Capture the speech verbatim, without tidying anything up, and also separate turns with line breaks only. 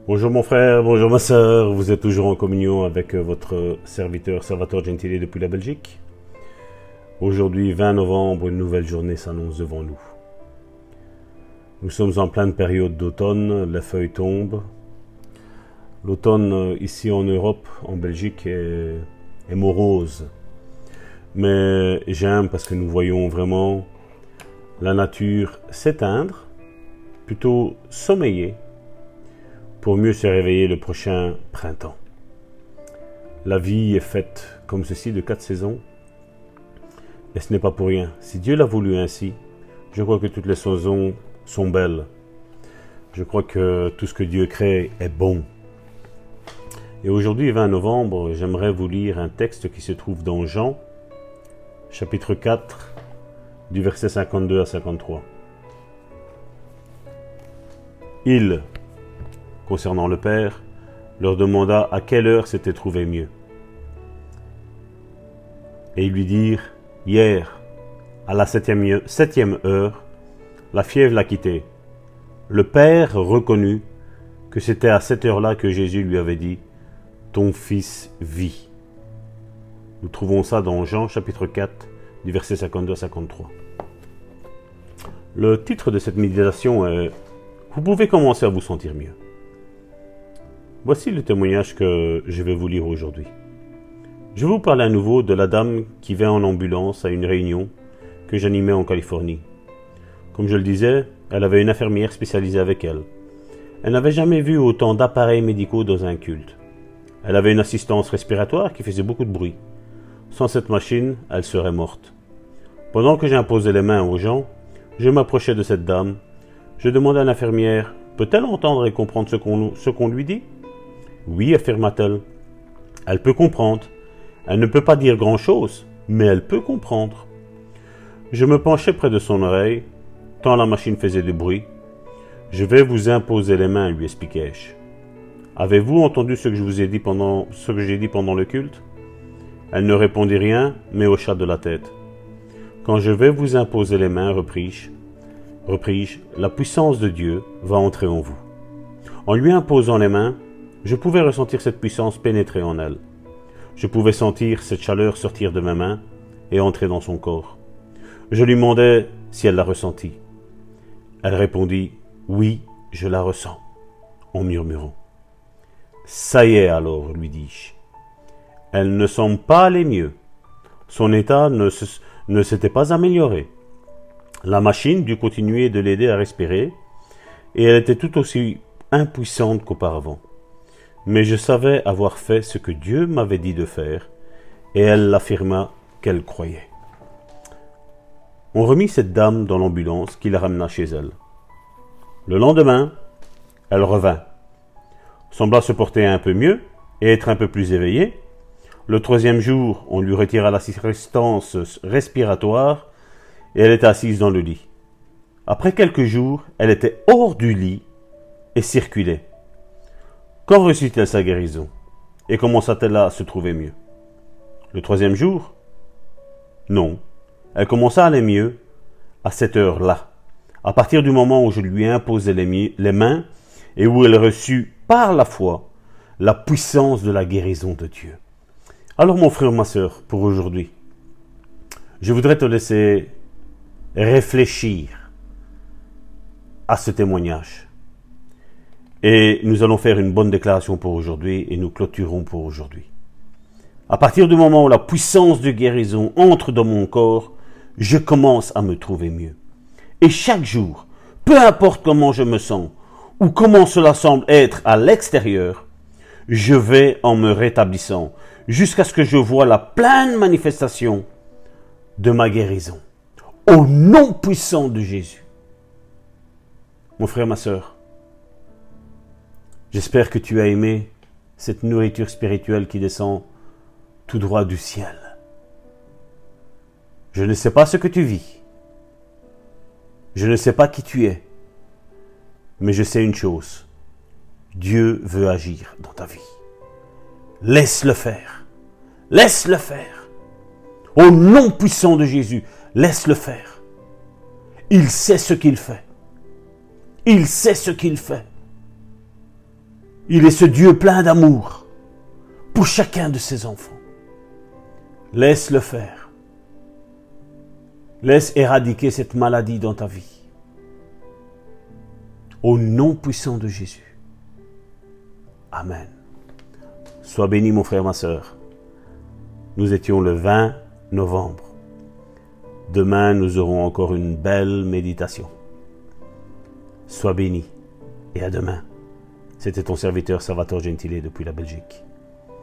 Bonjour mon frère, bonjour ma sœur, vous êtes toujours en communion avec votre serviteur Salvatore Gentili depuis la Belgique. Aujourd'hui, vingt novembre, une nouvelle journée s'annonce devant nous. Nous sommes en pleine période d'automne, les feuilles tombent. L'automne ici en Europe, en Belgique, est, est morose. Mais j'aime parce que nous voyons vraiment la nature s'éteindre, plutôt sommeiller, pour mieux se réveiller le prochain printemps. La vie est faite comme ceci de quatre saisons, et ce n'est pas pour rien. Si Dieu l'a voulu ainsi, je crois que toutes les saisons sont belles. Je crois que tout ce que Dieu crée est bon. Et aujourd'hui, vingt novembre, j'aimerais vous lire un texte qui se trouve dans Jean, chapitre quatre, du verset cinquante-deux à cinquante-trois. Il, concernant le Père, leur demanda à quelle heure s'était trouvé mieux. Et ils lui dirent, hier, à la septième, septième heure, la fièvre l'a quitté. Le Père reconnut que c'était à cette heure-là que Jésus lui avait dit, ton fils vit. Nous trouvons ça dans Jean chapitre quatre, du verset cinquante-deux à cinquante-trois. Le titre de cette méditation est « Vous pouvez commencer à vous sentir mieux ». Voici le témoignage que je vais vous lire aujourd'hui. Je vais vous parler à nouveau de la dame qui vint en ambulance à une réunion que j'animais en Californie. Comme je le disais, elle avait une infirmière spécialisée avec elle. Elle n'avait jamais vu autant d'appareils médicaux dans un culte. Elle avait une assistance respiratoire qui faisait beaucoup de bruit. Sans cette machine, elle serait morte. Pendant que j'imposais les mains aux gens, je m'approchais de cette dame. Je demandais à l'infirmière, peut-elle entendre et comprendre ce qu'on, ce qu'on lui dit ? Oui, affirma-t-elle. Elle peut comprendre. Elle ne peut pas dire grand-chose, mais elle peut comprendre. Je me penchai près de son oreille, tant la machine faisait de bruit. Je vais vous imposer les mains, lui expliquai-je. Avez-vous entendu ce que je vous ai dit pendant, ce que j'ai dit pendant le culte ? Elle ne répondit rien, mais hocha de la tête. Quand je vais vous imposer les mains, repris-je, repris-je, la puissance de Dieu va entrer en vous. En lui imposant les mains, je pouvais ressentir cette puissance pénétrer en elle. Je pouvais sentir cette chaleur sortir de mes mains et entrer dans son corps. Je lui demandai si elle la ressentit. Elle répondit « Oui, je la ressens », en murmurant. « Ça y est alors, lui dis-je. Elle ne semble pas aller mieux. Son état ne, se, ne s'était pas amélioré. La machine dut continuer de l'aider à respirer et elle était tout aussi impuissante qu'auparavant. Mais je savais avoir fait ce que Dieu m'avait dit de faire, et elle l'affirma qu'elle croyait. On remit cette dame dans l'ambulance qui la ramena chez elle. Le lendemain, elle revint, sembla se porter un peu mieux et être un peu plus éveillée. Le troisième jour, on lui retira l'assistance respiratoire et elle était assise dans le lit. Après quelques jours, elle était hors du lit et circulait. Quand reçut-elle sa guérison? Et commença-t-elle à se trouver mieux? Le troisième jour? Non. Elle commença à aller mieux à cette heure-là, à partir du moment où je lui imposais les, les mains et où elle reçut par la foi la puissance de la guérison de Dieu. Alors mon frère, ma sœur, pour aujourd'hui, je voudrais te laisser réfléchir à ce témoignage. Et nous allons faire une bonne déclaration pour aujourd'hui et nous clôturons pour aujourd'hui. À partir du moment où la puissance de guérison entre dans mon corps, je commence à me trouver mieux. Et chaque jour, peu importe comment je me sens ou comment cela semble être à l'extérieur, je vais en me rétablissant jusqu'à ce que je voie la pleine manifestation de ma guérison. Au nom puissant de Jésus. Mon frère, ma sœur, j'espère que tu as aimé cette nourriture spirituelle qui descend tout droit du ciel. Je ne sais pas ce que tu vis. Je ne sais pas qui tu es. Mais je sais une chose. Dieu veut agir dans ta vie. Laisse-le faire. Laisse-le faire. Au nom puissant de Jésus, laisse-le faire. Il sait ce qu'il fait. Il sait ce qu'il fait. Il est ce Dieu plein d'amour pour chacun de ses enfants. Laisse-le faire. Laisse éradiquer cette maladie dans ta vie. Au nom puissant de Jésus. Amen. Sois béni mon frère, ma sœur. Nous étions le vingt novembre. Demain, nous aurons encore une belle méditation. Sois béni et à demain. C'était ton serviteur Salvatore Gentile depuis la Belgique.